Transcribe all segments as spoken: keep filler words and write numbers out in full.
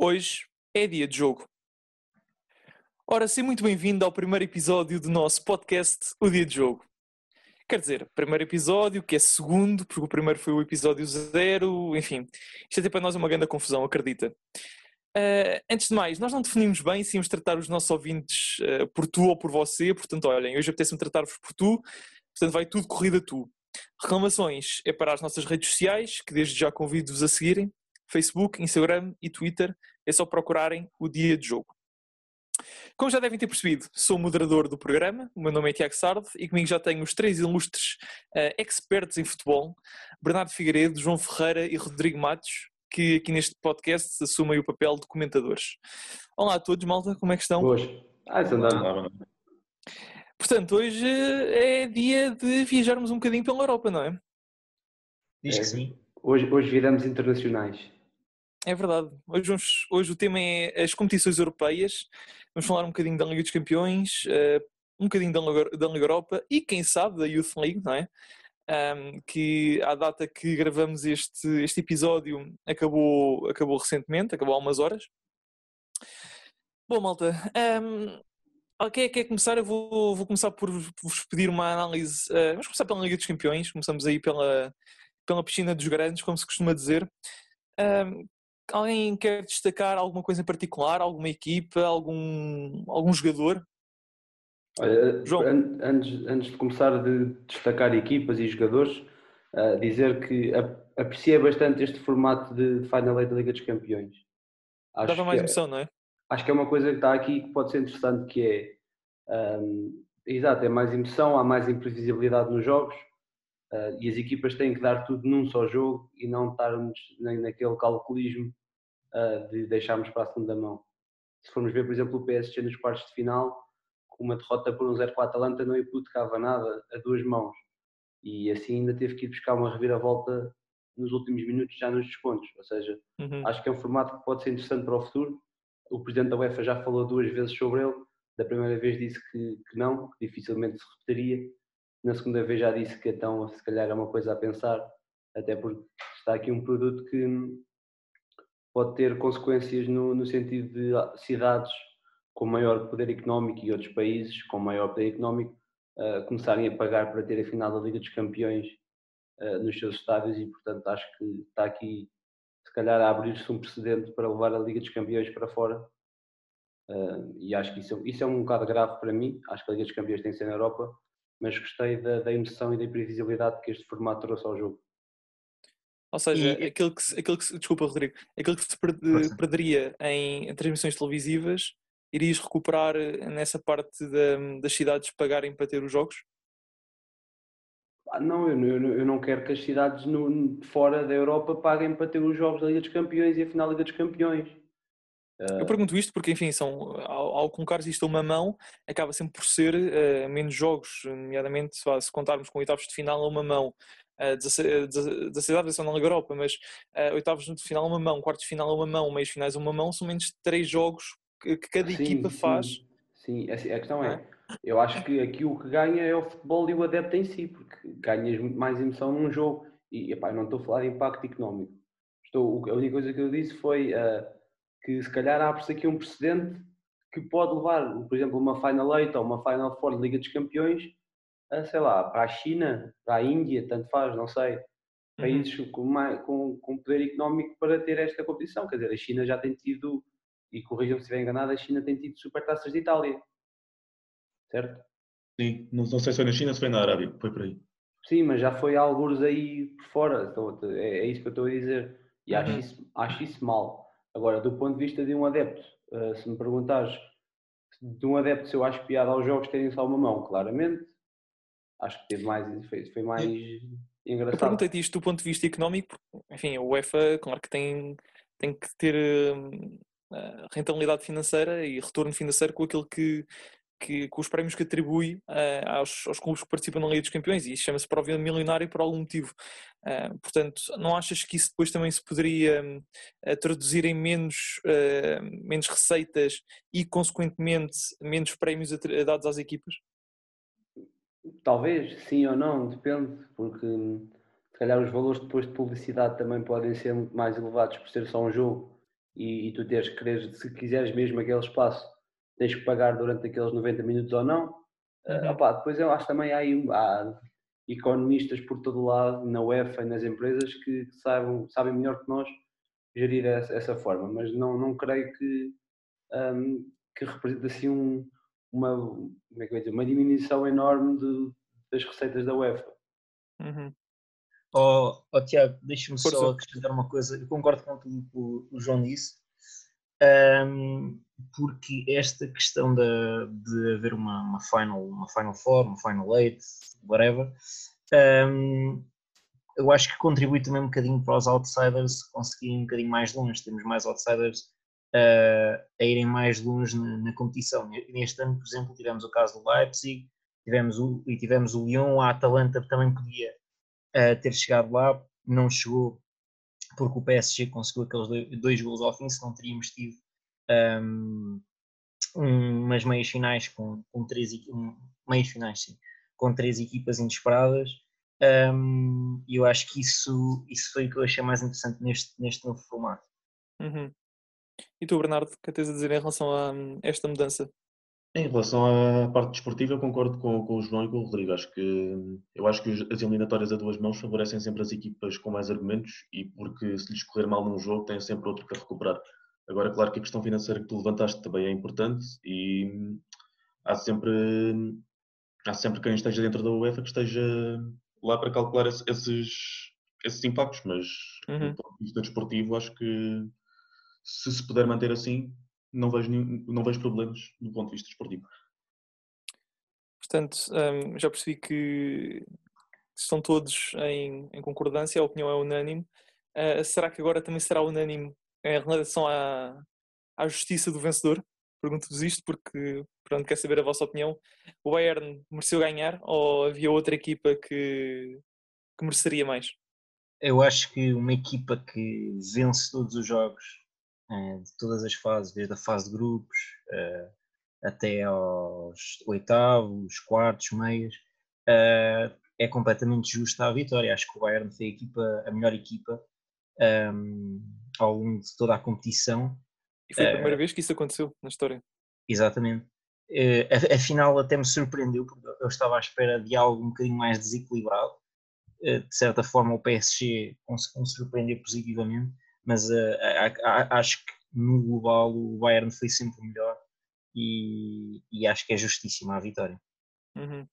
Hoje é dia de jogo. Ora, seja muito bem-vindo ao primeiro episódio do nosso podcast, O Dia de Jogo. Quer dizer, primeiro episódio, que é segundo, porque o primeiro foi o episódio zero, enfim. Isto até para nós é uma grande confusão, acredita. Uh, antes de mais, nós não definimos bem se íamos tratar os nossos ouvintes uh, por tu ou por você, portanto, olhem, hoje apetece-me tratar-vos por tu, portanto vai tudo corrido a tu. Reclamações é para as nossas redes sociais, que desde já convido-vos a seguirem, Facebook, Instagram e Twitter, é só procurarem O Dia de Jogo. Como já devem ter percebido, sou o moderador do programa, o meu nome é Tiago Sardo e comigo já tenho os três ilustres uh, expertos em futebol, Bernardo Figueiredo, João Ferreira e Rodrigo Matos, que aqui neste podcast assumem o papel de comentadores. Olá a todos, malta, como é que estão? Hoje. Ah, isso andava. Portanto, hoje é dia de viajarmos um bocadinho pela Europa, não é? Diz que É, sim. Hoje, hoje viramos internacionais. É verdade. Hoje, vamos, hoje o tema é as competições europeias. Vamos falar um bocadinho da Liga dos Campeões, uh, um bocadinho da Liga, da Liga Europa e, quem sabe, da Youth League, não é? Um, que à data que gravamos este, este episódio acabou, acabou recentemente, acabou há umas horas. Bom, malta, um, quem é que quer começar? Eu vou, vou começar por vos pedir uma análise. Uh, vamos começar pela Liga dos Campeões, começamos aí pela, pela piscina dos grandes, como se costuma dizer. Um, alguém quer destacar alguma coisa em particular, alguma equipa, algum, algum jogador? Olha, João. an- antes, antes de começar de destacar equipas e jogadores, uh, dizer que ap- apreciei bastante este formato de Final Eight da Liga dos Campeões. Dava Acho que, mais é, emoção, não é? acho que é uma coisa que está aqui que pode ser interessante, que é, um, exato, é mais emoção, há mais imprevisibilidade nos jogos, uh, e as equipas têm que dar tudo num só jogo e não estarmos nem naquele calculismo uh, de deixarmos para a segunda mão. Se formos ver, por exemplo, o P S G nos quartos de final, com uma derrota por um zero para a Atalanta, não hipotecava nada a duas mãos. E assim ainda teve que ir buscar uma reviravolta nos últimos minutos, já nos descontos. Ou seja, Uhum. acho que é um formato que pode ser interessante para o futuro. O presidente da UEFA já falou duas vezes sobre ele. Da primeira vez disse que, que não, que dificilmente se repetiria. Na segunda vez já disse que então se calhar é uma coisa a pensar, até porque está aqui um produto que pode ter consequências no, no sentido de cidades com maior poder económico e outros países com maior poder económico uh, começarem a pagar para ter a final da Liga dos Campeões uh, nos seus estádios e, portanto, acho que está aqui, se calhar, a abrir-se um precedente para levar a Liga dos Campeões para fora. Uh, e acho que isso, isso é um bocado grave para mim. Acho que a Liga dos Campeões tem que ser na Europa, mas gostei da, da emoção e da imprevisibilidade que este formato trouxe ao jogo. Ou seja, E- aquilo que, se, aquilo que se, desculpa, Rodrigo, aquilo que se per- Força. perderia em, em transmissões televisivas, irias recuperar nessa parte da, das cidades pagarem para ter os jogos? Ah, não, eu, eu, eu não quero que as cidades no, fora da Europa paguem para ter os jogos da Liga dos Campeões e a final da Liga dos Campeões. Eu pergunto isto porque, enfim, são, ao, ao colocares isto a uma mão, acaba sempre por ser uh, menos jogos, nomeadamente se contarmos com oitavos de final a uma mão, uh, dezasseis são na Liga Europa, mas uh, oitavos de final a uma mão, quartos de final a uma mão, meios finais a uma mão, são menos de três jogos que, que cada Sim, equipa faz. sim, sim. A questão Não é, é? eu acho que aqui o que ganha é o futebol e o adepto em si, porque ganhas muito mais emoção num jogo. E, epá, não estou a falar de impacto económico. Estou, a única coisa que eu disse foi uh, que se calhar abre-se aqui um precedente que pode levar, por exemplo, uma Final Eight ou uma Final Four de Liga dos Campeões, a, sei lá, para a China, para a Índia, tanto faz, não sei. Países Uhum. com, mais, com, com poder económico para ter esta competição. Quer dizer, a China já tem tido, e corrijam-me se estiver enganado, a China tem tido supertaças de Itália, certo? Sim, não, não sei se foi na China ou se foi na Arábia, foi por aí. Sim, mas já foi alguns aí por fora, então, é, é isso que eu estou a dizer. E acho Uhum. isso, acho isso mal. Agora, do ponto de vista de um adepto, uh, se me perguntares de um adepto se eu acho piada aos jogos terem só uma mão, claramente, acho que teve mais, foi, foi mais Eu engraçado. perguntei-te isto do ponto de vista económico, porque, enfim, a UEFA, claro que tem, tem que ter hum, uh, rentabilidade financeira e retorno financeiro com aquilo que, que com os prémios que atribui uh, aos, aos clubes que participam na Liga dos Campeões, e isso chama-se prémio milionário por algum motivo. Uh, portanto, não achas que isso depois também se poderia uh, traduzir em menos, uh, menos receitas e, consequentemente, menos prémios dados às equipas? Talvez, sim ou não, depende, porque se calhar os valores depois de publicidade também podem ser muito mais elevados por ser só um jogo e, e tu teres que querer, se quiseres mesmo aquele espaço, tens que pagar durante aqueles noventa minutos ou não. Uhum. Uh, opá, depois eu acho também há, aí, há economistas por todo lado, na UEFA e nas empresas, que, que sabem, sabem melhor que nós gerir essa, essa forma, mas não, não creio que, um, que represente assim um, uma, como é que eu ia dizer, uma diminuição enorme de, das receitas da UEFA. Uhum. Oh, oh Tiago, deixa-me Força. só acrescentar uma coisa. Eu concordo com tudo que o, o João disse, um, porque esta questão de, de haver uma, uma, final, uma Final Four, uma Final Eight, whatever, um, eu acho que contribui também um bocadinho para os outsiders conseguirem um bocadinho mais longe. Temos mais outsiders uh, a irem mais longe na, na competição. Neste ano, por exemplo, tivemos o caso do Leipzig, tivemos o, e tivemos o Lyon, a Atalanta também podia uh, ter chegado lá, não chegou porque o P S G conseguiu aqueles dois, dois gols ao fim, se não teríamos tido um, umas meias finais com, com três um, meias finais, sim, com três equipas inesperadas. Um, e eu acho que isso, isso foi o que eu achei mais interessante neste, neste novo formato. Uhum. E tu, Bernardo, o que tens a dizer em relação a esta mudança? Em relação à parte desportiva, eu concordo com, com o João e com o Rodrigo. Acho que, eu acho que as eliminatórias a duas mãos favorecem sempre as equipas com mais argumentos e porque se lhes correr mal num jogo, têm sempre outro para recuperar. Agora, claro que a questão financeira que tu levantaste também é importante e há sempre, há sempre quem esteja dentro da UEFA que esteja lá para calcular esses, esses impactos, mas Uhum. do ponto de vista desportivo, acho que se se puder manter assim, não vejo, nenhum, não vejo problemas do ponto de vista desportivo. Portanto, um, já percebi que estão todos em, em concordância, a opinião é unânime. Uh, será que agora também será unânime em relação à, à justiça do vencedor? Pergunto-vos isto porque, pronto, quero saber a vossa opinião. O Bayern mereceu ganhar ou havia outra equipa que, que mereceria mais? Eu acho que uma equipa que vence todos os jogos, de todas as fases, desde a fase de grupos até aos oitavos, quartos, meias, é completamente justa a vitória. Acho que o Bayern foi a, equipa, a melhor equipa ao longo de toda a competição. E foi a primeira vez que isso aconteceu na história. Exatamente. A, a final até me surpreendeu, porque eu estava à espera de algo um bocadinho mais desequilibrado. De certa forma o P S G conseguiu surpreender positivamente, mas uh, a, a, acho que no global o Bayern foi sempre o melhor e, e acho que é justíssima a vitória. Uhum.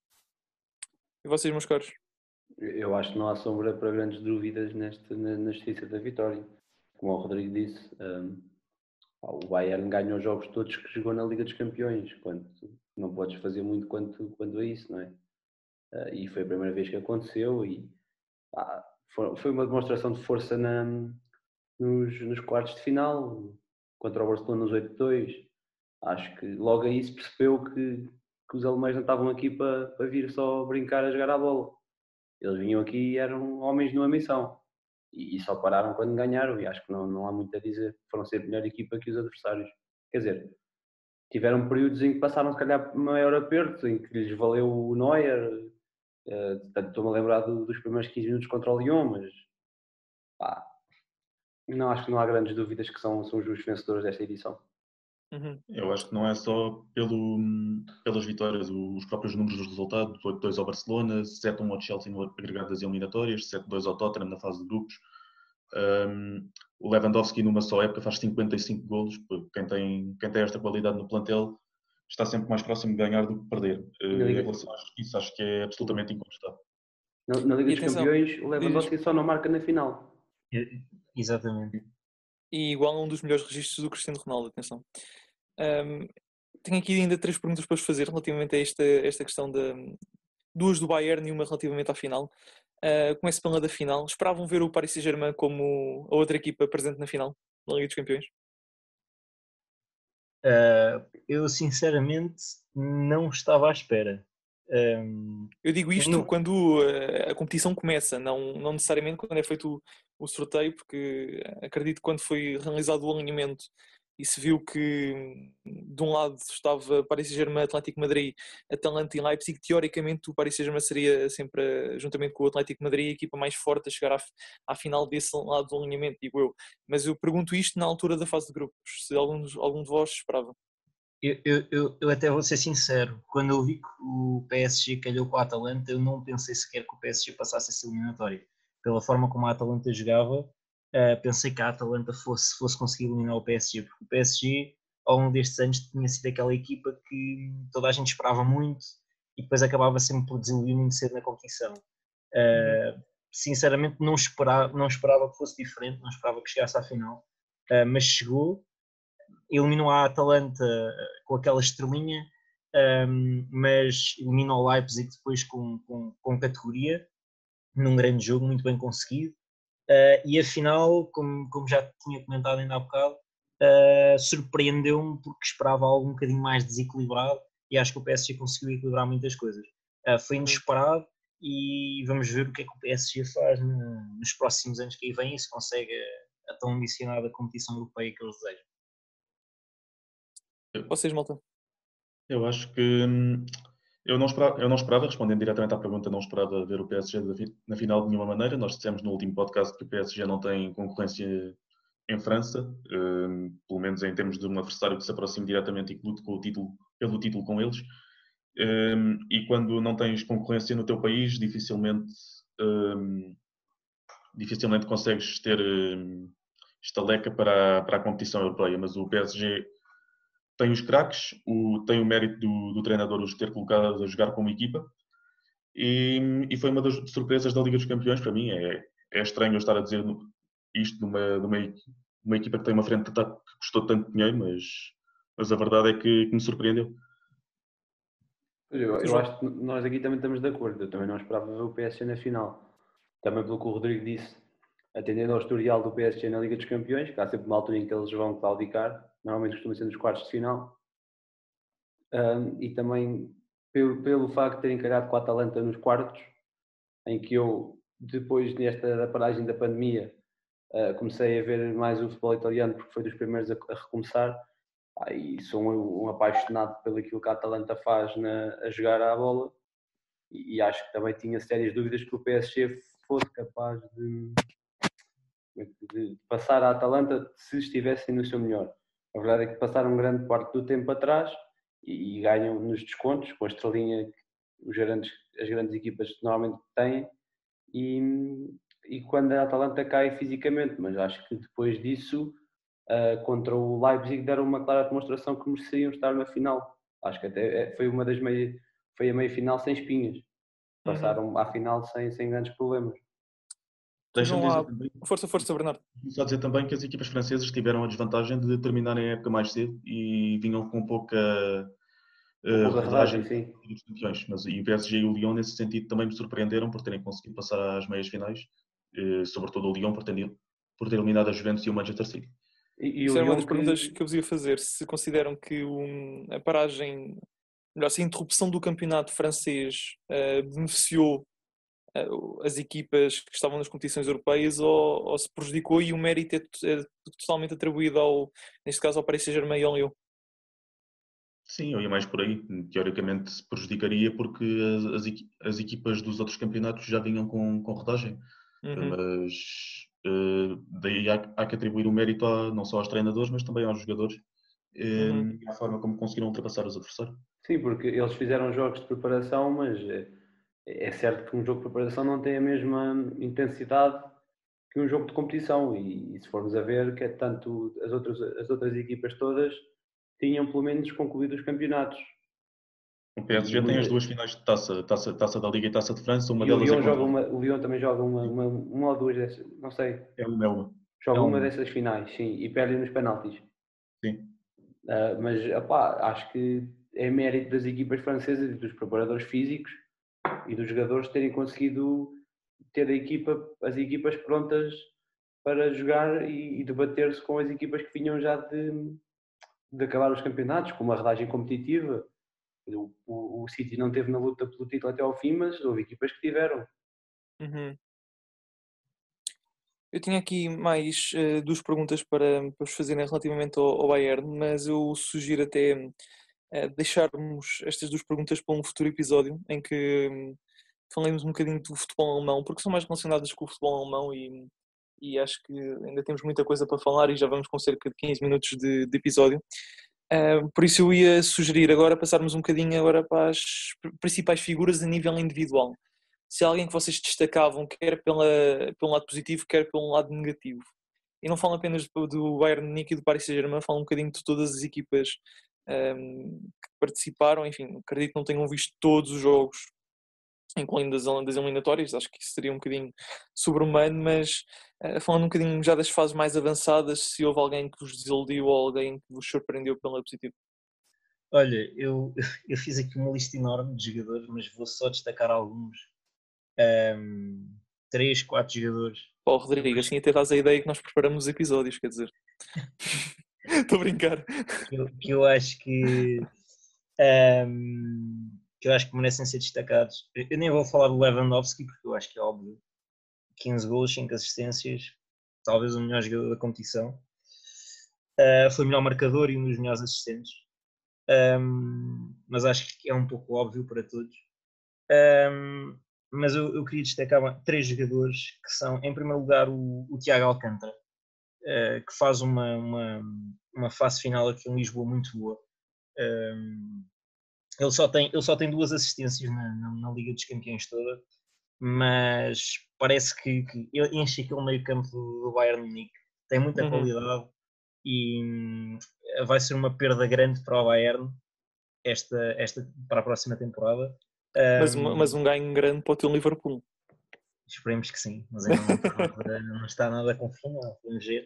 E vocês, meus caros? Eu acho que não há sombra para grandes dúvidas neste, na, na justiça da vitória. Como o Rodrigo disse, um, o Bayern ganha os jogos todos que jogou na Liga dos Campeões, quando não podes fazer muito quanto, quanto a isso, não é? Uh, e foi a primeira vez que aconteceu e ah, foi, foi uma demonstração de força na, nos, nos quartos de final, contra o Barcelona nos oito a dois. Acho que logo aí se percebeu que, que os alemães não estavam aqui para, para vir só brincar a jogar a bola. Eles vinham aqui e eram homens numa missão. E, e só pararam quando ganharam, e acho que não, não há muito a dizer. Foram sempre melhor equipa que os adversários. Quer dizer, tiveram períodos em que passaram se calhar maior aperto, em que lhes valeu o Neuer. Uh, estou-me a lembrar do, dos primeiros quinze minutos contra o Lyon, mas pá, não, acho que não há grandes dúvidas que são, são os justos vencedores desta edição. Uhum. Eu acho que não é só pelo, pelas vitórias, os próprios números dos resultados, oito a dois ao Barcelona, sete a um ao Chelsea no agregado das eliminatórias, sete a dois ao Tottenham na fase de grupos. Um, o Lewandowski numa só época faz cinquenta e cinco golos, quem tem, quem tem esta qualidade no plantel está sempre mais próximo de ganhar do que perder. Uh, em relação a isso, acho que é absolutamente incontestável. Na, na Liga E dos atenção, Campeões, o Lewandowski diz... só não marca na final. Exatamente. E igual a um dos melhores registros do Cristiano Ronaldo, atenção. Um, tenho aqui ainda três perguntas para vos fazer relativamente a esta, esta questão de duas do Bayern e uma relativamente à final. Uh, começo pela da final. Esperavam ver o Paris Saint-Germain como a outra equipa presente na final da Liga dos Campeões? Uh, eu sinceramente não estava à espera. Um, eu digo isto não... quando uh, a competição começa, não, não necessariamente quando é feito o, o sorteio, porque acredito que quando foi realizado o alinhamento e se viu que de um lado estava Paris Saint-Germain, Atlético Madrid, Atalanta e Leipzig. Teoricamente o Paris Saint-Germain seria sempre, juntamente com o Atlético Madrid, a equipa mais forte a chegar à, à final desse lado do alinhamento, digo eu. Mas eu pergunto isto na altura da fase de grupos, se algum, algum de vós esperava. Eu, eu, eu, eu até vou ser sincero, quando eu vi que o P S G calhou com a Atalanta, eu não pensei sequer que o P S G passasse essa eliminatória. Pela forma como a Atalanta jogava, uh, pensei que a Atalanta fosse, fosse conseguir eliminar o P S G, porque o P S G, ao longo destes anos, tinha sido aquela equipa que toda a gente esperava muito e depois acabava sempre por desiludir muito cedo na competição. Uh, uhum. Sinceramente, não esperava, não esperava que fosse diferente, não esperava que chegasse à final, uh, mas chegou. Eliminou a Atalanta com aquela estrelinha, um, mas eliminou o Leipzig depois com, com, com categoria, num grande jogo, muito bem conseguido. Uh, e afinal, como, como já tinha comentado ainda há bocado, uh, surpreendeu-me porque esperava algo um bocadinho mais desequilibrado e acho que o P S G conseguiu equilibrar muitas coisas. Uh, foi inesperado e vamos ver o que é que o P S G faz no, nos próximos anos que aí vêm e se consegue a, a tão ambicionada competição europeia que eles desejam. Vocês, malta? Eu acho que hum, eu, não esperava, eu não esperava, respondendo diretamente à pergunta, não esperava ver o P S G na final de nenhuma maneira. Nós dissemos no último podcast que o P S G não tem concorrência em França, hum, pelo menos em termos de um adversário que se aproxime diretamente e que lute com o título, pelo título com eles. Hum, e quando não tens concorrência no teu país, dificilmente, hum, dificilmente consegues ter hum, estaleca para, para a competição europeia. Mas o P S G tem os craques, o, tem o mérito do, do treinador os ter colocado a jogar como equipa e, e foi uma das surpresas da Liga dos Campeões para mim. É, é estranho eu estar a dizer isto de uma, de uma, uma equipa que tem uma frente que custou tanto dinheiro, mas, mas a verdade é que, que me surpreendeu. Eu, eu acho que nós aqui também estamos de acordo. Eu também não esperava ver o P S G na final. Também pelo que o Rodrigo disse, atendendo ao historial do P S G na Liga dos Campeões, que há sempre uma altura em que eles vão claudicar, normalmente costuma ser nos quartos de final. Um, e também pelo, pelo facto de terem calhado com a Atalanta nos quartos, em que eu, depois desta da paragem da pandemia, uh, comecei a ver mais o futebol italiano, porque foi dos primeiros a, a recomeçar. Ah, e sou um, um apaixonado pelo aquilo que a Atalanta faz na, a jogar à bola, e, e acho que também tinha sérias dúvidas que o P S G fosse capaz de, de passar a Atalanta se estivessem no seu melhor. A verdade é que passaram grande parte do tempo atrás e, e ganham nos descontos, com a estrelinha que os grandes, as grandes equipas normalmente têm, e, e quando a Atalanta cai fisicamente, mas acho que depois disso, uh, contra o Leipzig, deram uma clara demonstração que mereciam estar na final. Acho que até foi uma das meia, foi a meia final sem espinhas. Passaram uhum. à final sem, sem grandes problemas. Deixa-me dizer há... também, força, força, Bernardo. Só dizer também que as equipas francesas tiveram a desvantagem de terminarem a época mais cedo e vinham com pouca uh, rodagem dos campeões. Mas e o P S G e o Lyon, nesse sentido, também me surpreenderam por terem conseguido passar às meias finais, uh, sobretudo o Lyon por ter, por ter eliminado a Juventus e o Manchester City. E, e Isso era uma das que... perguntas que eu vos ia fazer. Se consideram que um, a paragem, melhor, assim, a interrupção do campeonato francês uh, beneficiou uh, as equipas que estavam nas competições europeias ou, ou se prejudicou e o mérito é, é totalmente atribuído ao, neste caso, ao Paris Saint-Germain e ao Lyon? Sim, eu ia mais por aí. Teoricamente se prejudicaria porque as, as, as equipas dos outros campeonatos já vinham com, com rodagem. Uhum. Mas uh, daí há, há que atribuir o mérito a, não só aos treinadores, mas também aos jogadores uhum. e à forma como conseguiram ultrapassar os adversários. Sim, porque eles fizeram jogos de preparação, mas é certo que um jogo de preparação não tem a mesma intensidade que um jogo de competição. E, e se formos a ver, que é tanto as outras, as outras equipas todas tinham pelo menos concluído os campeonatos. O P S G e tem as duas finais de taça, taça, taça da Liga e Taça de França, uma e delas o Lyon, é joga uma, o Lyon também joga uma, uma, uma ou duas dessas, não sei. É uma, é uma. Joga é uma, uma dessas finais, sim, e perde nos penaltis. Sim. Uh, mas, opá, acho que é mérito das equipas francesas e dos preparadores físicos e dos jogadores terem conseguido ter a equipa, as equipas prontas para jogar e, e debater-se com as equipas que vinham já de, de acabar os campeonatos, com uma rodagem competitiva. O, o, o City não teve na luta pelo título até ao fim, mas houve equipas que tiveram. Uhum. Eu tinha aqui mais uh, duas perguntas para, para vos fazerem relativamente ao, ao Bayern, mas eu sugiro até uh, deixarmos estas duas perguntas para um futuro episódio em que um, falemos um bocadinho do futebol alemão, porque são mais relacionadas com o futebol alemão e, e acho que ainda temos muita coisa para falar e já vamos com cerca de quinze minutos de, de episódio. Uh, por isso eu ia sugerir agora passarmos um bocadinho agora para as principais figuras a nível individual. Se há alguém que vocês destacavam, quer pela, pelo lado positivo, quer pelo lado negativo. E não falo apenas do, do Bayern de Munique e do Paris Saint-Germain, falo um bocadinho de todas as equipas um, que participaram. Enfim, acredito que não tenham visto todos os jogos, incluindo as, das eliminatórias, acho que isso seria um bocadinho sobre-humano, mas uh, falando um bocadinho já das fases mais avançadas, se houve alguém que vos desiludiu ou alguém que vos surpreendeu pelo lado positivo. Olha, eu, eu fiz aqui uma lista enorme de jogadores, mas vou só destacar alguns. Um, três, quatro jogadores. Ó, Rodrigo, assim até dás a ideia que nós preparamos os episódios, quer dizer. Estou a brincar. Que eu, que eu acho que um, que eu acho que merecem ser destacados. Eu nem vou falar do Lewandowski, porque eu acho que é óbvio. quinze golos, cinco assistências, talvez o melhor jogador da competição. Uh, foi o melhor marcador e um dos melhores assistentes. Um, mas acho que é um pouco óbvio para todos. Um, mas eu, eu queria destacar três jogadores que são, em primeiro lugar, o, o Thiago Alcântara, uh, que faz uma, uma, uma fase final aqui em Lisboa muito boa. Um, ele, só tem, ele só tem duas assistências na, na, na Liga dos Campeões toda, mas parece que, que ele enche aquele meio campo do, do Bayern Munique, tem muita uhum. qualidade e hum, vai ser uma perda grande para o Bayern esta, esta, para a próxima temporada. Mas, um, mas um ganho grande para o teu Liverpool. Esperemos que sim, mas ainda não está nada, não está nada confirmado, vamos ver.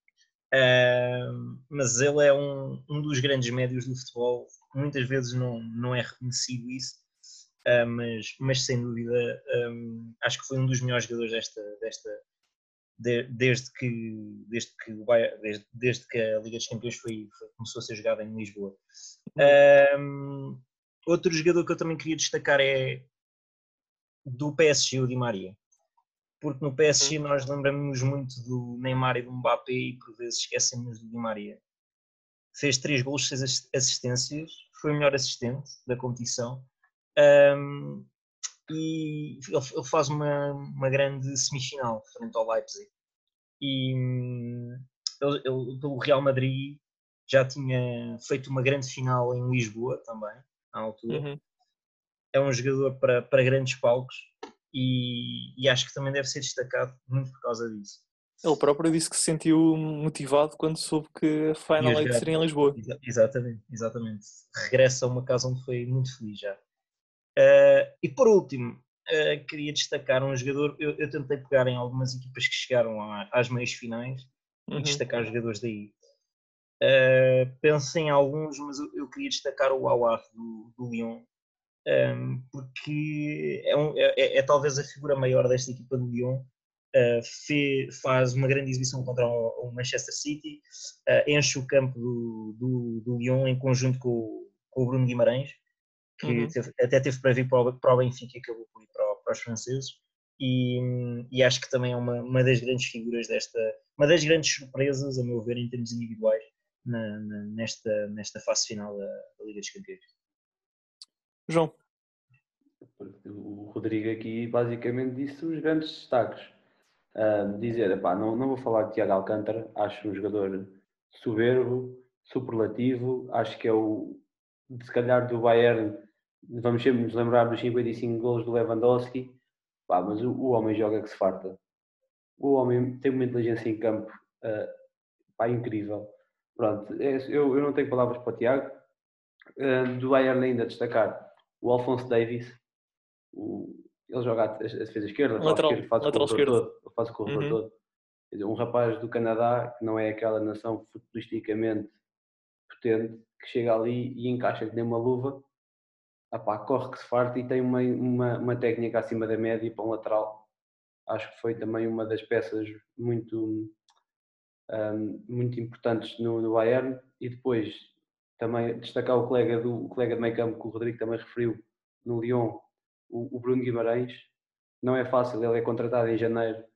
Uh, mas ele é um, um dos grandes médios do futebol, muitas vezes não, não é reconhecido isso, uh, mas, mas sem dúvida um, acho que foi um dos melhores jogadores desta, desta de, desde, que, desde, que o Bayern, desde, desde que a Liga dos Campeões foi, foi, começou a ser jogada em Lisboa. Um, outro jogador que eu também queria destacar é do P S G, o Di Maria, porque no P S G nós lembramos muito do Neymar e do Mbappé e por vezes esquecemos do Di Maria. Fez três gols, seis assistências, foi o melhor assistente da competição um, e ele, ele faz uma, uma grande semifinal frente ao Leipzig. E um, ele, ele, o Real Madrid já tinha feito uma grande final em Lisboa também, à altura. Uhum. É um jogador para, para grandes palcos e, e acho que também deve ser destacado muito por causa disso. Ele próprio disse que se sentiu motivado quando soube que a Final Eight seria em Lisboa. Exatamente, exatamente. Regressa a uma casa onde foi muito feliz já. Uh, e por último, uh, queria destacar um jogador, eu, eu tentei pegar em algumas equipas que chegaram a, às meias finais uhum. e destacar os jogadores daí. Uh, pensei em alguns, mas eu, eu queria destacar o Aouar do, do Lyon, um, porque é, um, é, é talvez a figura maior desta equipa do Lyon. Uh, fe, faz uma grande exibição contra o, o Manchester City, uh, enche o campo do, do, do Lyon em conjunto com, com o Bruno Guimarães, que uhum. teve, até teve para vir para o, para o Benfica e acabou por ir para, para os franceses, e, e acho que também é uma, uma das grandes figuras desta, uma das grandes surpresas, a meu ver, em termos individuais, na, na, nesta, nesta fase final da, da Liga dos Campeões. João. O Rodrigo aqui basicamente disse os grandes destaques. Uh, dizer, epá, não, não vou falar de Thiago Alcântara, acho um jogador soberbo, superlativo, acho que é o, se calhar do Bayern, vamos sempre nos lembrar dos cinquenta e cinco golos do Lewandowski, pá, mas o, o homem joga que se farta. O homem tem uma inteligência em campo uh, pá, incrível. Pronto, é, eu, eu não tenho palavras para o Thiago. Uh, do Bayern ainda destacar o Alphonso Davies, o, ele joga a defesa esquerda, lateral, esquerda, faz lateral o corredor todo, faz o corredor uhum. todo. Quer dizer, um rapaz do Canadá, que não é aquela nação futbolisticamente potente, que chega ali e encaixa que nem uma luva, apá, corre que se farta e tem uma, uma, uma técnica acima da média para um lateral. Acho que foi também uma das peças muito, um, muito importantes no, no Bayern. E depois também destacar o colega, do, o colega de meio campo que o Rodrigo também referiu no Lyon, o, o Bruno Guimarães. Não é fácil, ele é contratado em janeiro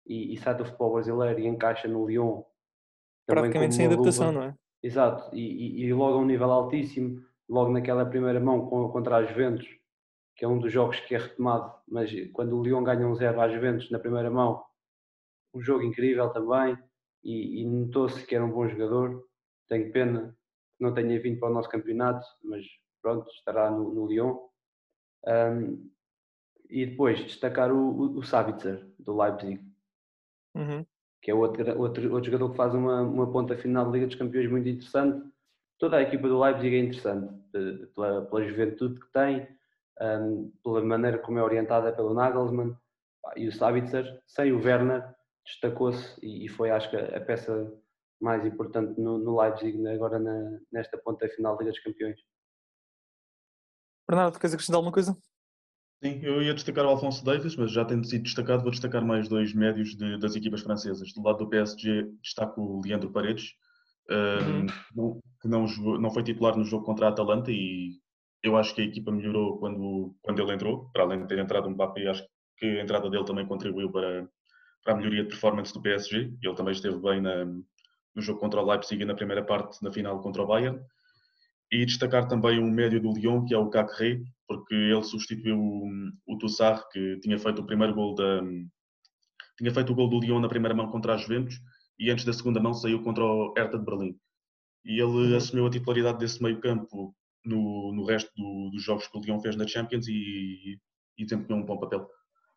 e, e sai do futebol brasileiro e encaixa no Lyon. Praticamente sem adaptação, não é? Exato, e, e, e logo a um nível altíssimo, logo naquela primeira mão contra a Juventus, que é um dos jogos que é retomado, mas quando o Lyon ganha um zero à Juventus na primeira mão, um jogo incrível também, e, e notou-se que era um bom jogador. Tenho pena que não tenha vindo para o nosso campeonato, mas pronto, estará no, no Lyon. Um, e depois destacar o, o, o Sabitzer, do Leipzig, uhum. que é outro, outro, outro jogador que faz uma, uma ponta final da Liga dos Campeões muito interessante. Toda a equipa do Leipzig é interessante, pela, pela juventude que tem, um, pela maneira como é orientada pelo Nagelsmann. E o Sabitzer, sem o Werner, destacou-se e, e foi, acho que, a peça mais importante no, no Leipzig, agora na, nesta ponta final da Liga dos Campeões. Bernardo, queres acrescentar alguma coisa? Sim, eu ia destacar o Alphonso Davies, mas já tendo sido destacado, vou destacar mais dois médios de, das equipas francesas. Do lado do P S G, destaco o Leandro Paredes, um, uhum. que não, jogou, não foi titular no jogo contra a Atalanta, e eu acho que a equipa melhorou quando, quando ele entrou. Para além de ter entrado um Mbappé, acho que a entrada dele também contribuiu para, para a melhoria de performance do P S G. Ele também esteve bem na, no jogo contra o Leipzig e na primeira parte, na final contra o Bayern. E destacar também um médio do Lyon, que é o Cacré, porque ele substituiu o, o Toussaint, que tinha feito o primeiro gol da tinha feito o gol do Lyon na primeira mão contra a Juventus, e antes da segunda mão saiu contra o Hertha de Berlim. E ele uhum. assumiu a titularidade desse meio campo no, no resto do, dos jogos que o Lyon fez na Champions, e, e desempenhou um bom papel.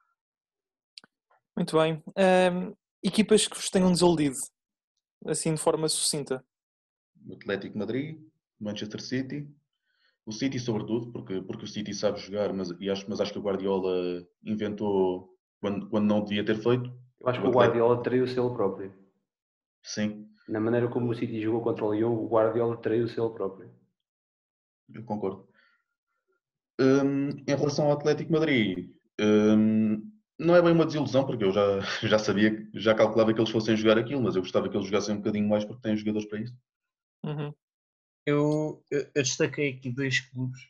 Muito bem. Um, equipas que vos tenham desiludido, assim de forma sucinta? O Atlético de Madrid, Manchester City, o City sobretudo, porque, porque o City sabe jogar, mas, e acho, mas acho que o Guardiola inventou quando, quando não devia ter feito. Eu acho que o Guardiola traiu o seu próprio. Sim. Na maneira como o City jogou contra o Lyon, o Guardiola traiu o seu próprio. Eu concordo. Um, em relação ao Atlético de Madrid, um, não é bem uma desilusão, porque eu já, já sabia, já calculava que eles fossem jogar aquilo, mas eu gostava que eles jogassem um bocadinho mais porque têm jogadores para isso. Uhum. Eu, eu, eu destaquei aqui dois clubes.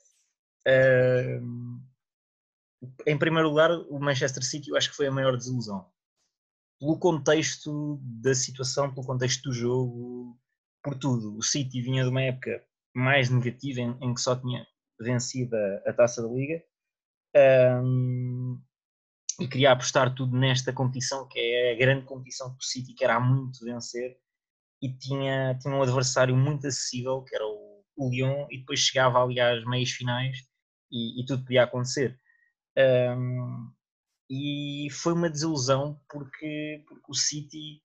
Uh, em primeiro lugar, o Manchester City, eu acho que foi a maior desilusão. Pelo contexto da situação, pelo contexto do jogo, por tudo. O City vinha de uma época mais negativa, em, em que só tinha vencido a, a Taça da Liga, um, e queria apostar tudo nesta competição, que é a grande competição que o City quer há muito vencer, e tinha, tinha um adversário muito acessível, que era o, o Lyon, e depois chegava ali às meias finais e, e tudo podia acontecer. Um, e foi uma desilusão porque, porque o City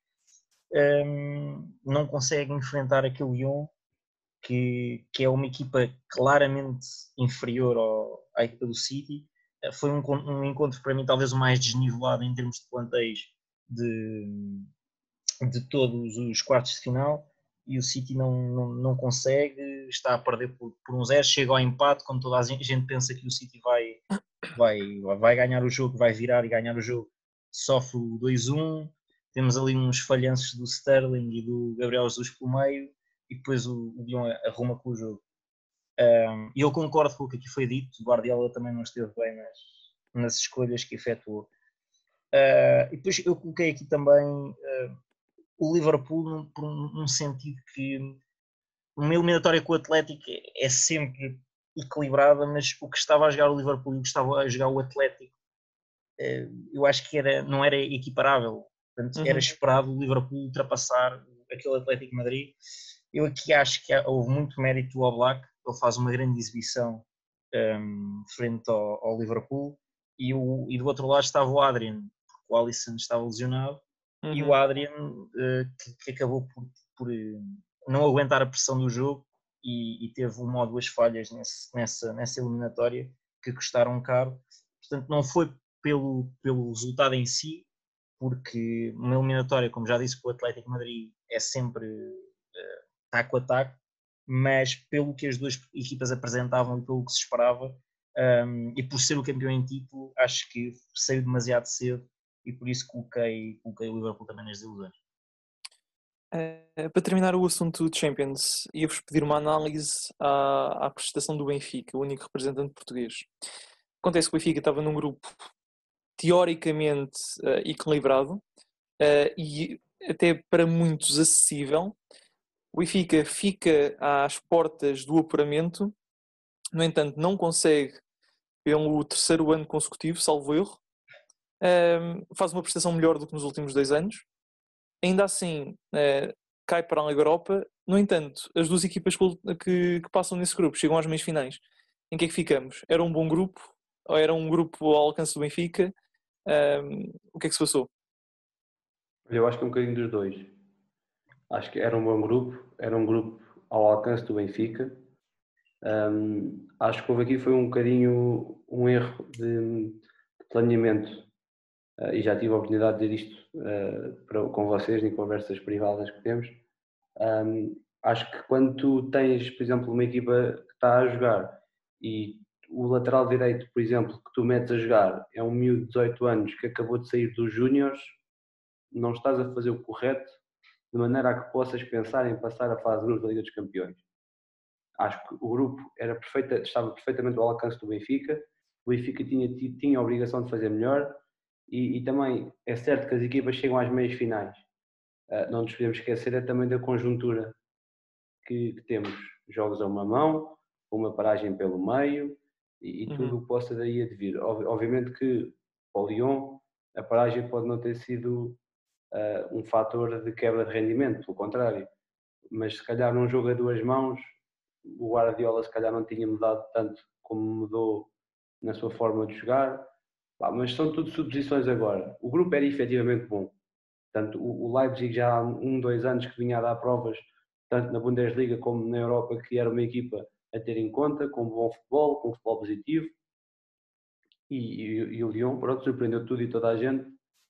um, não consegue enfrentar aquele Lyon, que, que é uma equipa claramente inferior ao, à equipa do City. Foi um, um encontro para mim talvez o mais desnivelado em termos de plantéis de, de todos os quartos de final, e o City não, não, não consegue, está a perder por, por um zero, chega ao empate quando toda a gente pensa que o City vai, vai, vai ganhar o jogo, vai virar e ganhar o jogo, sofre o dois a um, temos ali uns falhanços do Sterling e do Gabriel Jesus pelo meio, e depois o, o Lyon arruma com o jogo. Um, e eu concordo com o que aqui foi dito, o Guardiola também não esteve bem nas, nas escolhas que efetuou. Uh, e depois eu coloquei aqui também uh, o Liverpool por um, um sentido que uma eliminatória com o Atlético é sempre equilibrada, mas o que estava a jogar o Liverpool e o que estava a jogar o Atlético, uh, eu acho que era, não era equiparável. Portanto, uhum. Era esperado o Liverpool ultrapassar aquele Atlético de Madrid. Eu aqui acho que houve muito mérito do Oblak, ele faz uma grande exibição um, frente ao, ao Liverpool, e, o, e do outro lado estava o Adrian, porque o Alisson estava lesionado, uhum. E o Adrian uh, que, que acabou por, por uh, não aguentar a pressão do jogo e, e teve uma ou duas falhas nesse, nessa, nessa eliminatória que custaram caro. Portanto, não foi pelo, pelo resultado em si, porque uma eliminatória, como já disse, para o Atlético de Madrid é sempre uh, taco a taco, mas pelo que as duas equipas apresentavam e pelo que se esperava, um, e por ser o campeão em título, acho que saiu demasiado cedo, e por isso coloquei, coloquei o Liverpool também nas ilusões. Uh, para terminar o assunto do Champions, ia-vos pedir uma análise à, à prestação do Benfica, o único representante português. Acontece que o Benfica estava num grupo teoricamente uh, equilibrado uh, e até para muitos acessível. O Benfica fica às portas do apuramento, no entanto não consegue pelo terceiro ano consecutivo, salvo erro. Uh, faz uma prestação melhor do que nos últimos dois anos. Ainda assim, uh, cai para a Liga Europa. No entanto, as duas equipas que, que passam nesse grupo chegam às meias finais. Em que é que ficamos? Era um bom grupo? Ou era um grupo ao alcance do Benfica? Um, o que é que se passou? Eu acho que é um bocadinho dos dois. Acho que era um bom grupo, era um grupo ao alcance do Benfica. Um, acho que houve aqui foi um bocadinho um erro de, de planeamento. Uh, e já tive a oportunidade de dizer isto uh, para, com vocês em conversas privadas que temos. Um, acho que quando tu tens, por exemplo, uma equipa que está a jogar e o lateral direito, por exemplo, que tu metes a jogar é um miúdo de dezoito anos que acabou de sair dos júniores, não estás a fazer o correto de maneira a que possas pensar em passar a fase de grupos da Liga dos Campeões. Acho que o grupo era perfeita, estava perfeitamente ao alcance do Benfica, o Benfica tinha, tinha a obrigação de fazer melhor e, e também é certo que as equipas chegam às meias finais. Uh, não nos podemos esquecer é também da conjuntura que, que temos. Jogos a uma mão, uma paragem pelo meio e, e uhum. tudo o que possa daí advir. Ob- obviamente que para o Lyon a paragem pode não ter sido uh, um fator de quebra de rendimento, pelo contrário. Mas se calhar num jogo a duas mãos o Guardiola se calhar não tinha mudado tanto como mudou na sua forma de jogar. Bah, mas são tudo suposições agora. O grupo era efetivamente bom. Portanto, o Leipzig já há um, dois anos que vinha a dar provas, tanto na Bundesliga como na Europa, que era uma equipa a ter em conta, com bom futebol, com futebol positivo. E, e, e o Lyon, pronto, surpreendeu tudo e toda a gente.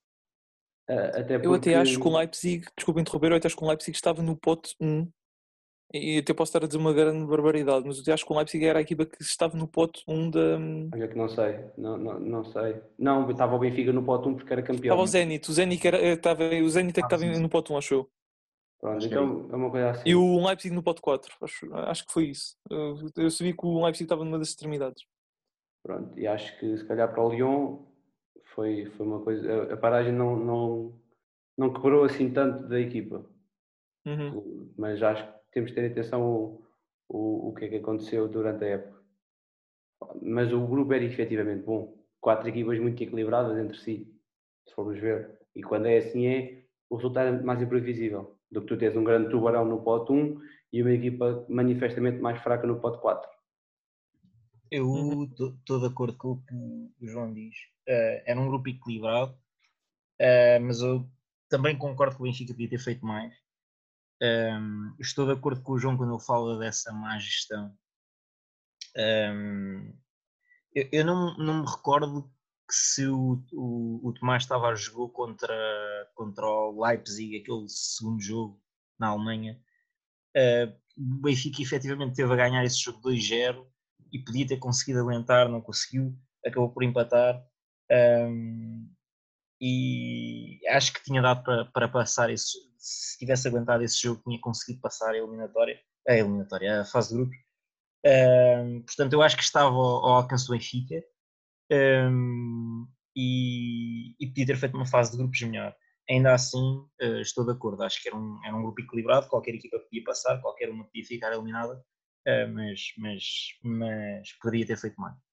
Até porque... Eu até acho que o Leipzig, desculpa interromper, eu até acho que o Leipzig estava no pote um, e até posso estar a dizer uma grande barbaridade, mas eu até acho que o Leipzig era a equipa que estava no pote um da... Olha que não sei, não, não, não sei. Não, estava o Benfica no pote um porque era campeão. Estava o Zenit, o Zenit, era, estava, o Zenit é que estava no pote um, acho eu. Pronto, acho então é uma coisa assim. E o Leipzig no pote quatro, acho, acho que foi isso. Eu, eu sabia que o Leipzig estava numa das extremidades. Pronto, e acho que se calhar para o Lyon foi, foi uma coisa... A paragem não, não, não quebrou assim tanto da equipa. Uhum. Mas acho que temos de ter atenção o, o, o que é que aconteceu durante a época. Mas o grupo era efetivamente bom. Quatro equipas muito equilibradas entre si, se formos ver. E quando é assim é, o resultado é muito mais imprevisível do que tu tens um grande tubarão no pote um e uma equipa manifestamente mais fraca no pote quatro. Eu estou de acordo com o que o João diz. Uh, era um grupo equilibrado, uh, mas eu também concordo que o Benfica podia ter feito mais. Um, estou de acordo com o João quando ele fala dessa má gestão. Um, eu, eu não, não me recordo que se o, o, o Tomás Tavares jogou contra, contra o Leipzig, aquele segundo jogo na Alemanha. Uh, o Benfica efetivamente teve a ganhar esse jogo dois zero e podia ter conseguido aguentar, não conseguiu, acabou por empatar. Um, e acho que tinha dado para, para passar esse, se tivesse aguentado esse jogo tinha conseguido passar a eliminatória, a eliminatória, a fase de grupos. Um, portanto eu acho que estava ao, ao alcance do Benfica um, e, e podia ter feito uma fase de grupos melhor. Ainda assim uh, estou de acordo, acho que era um, era um grupo equilibrado, qualquer equipa podia passar, qualquer uma podia ficar eliminada, uh, mas, mas, mas poderia ter feito mais.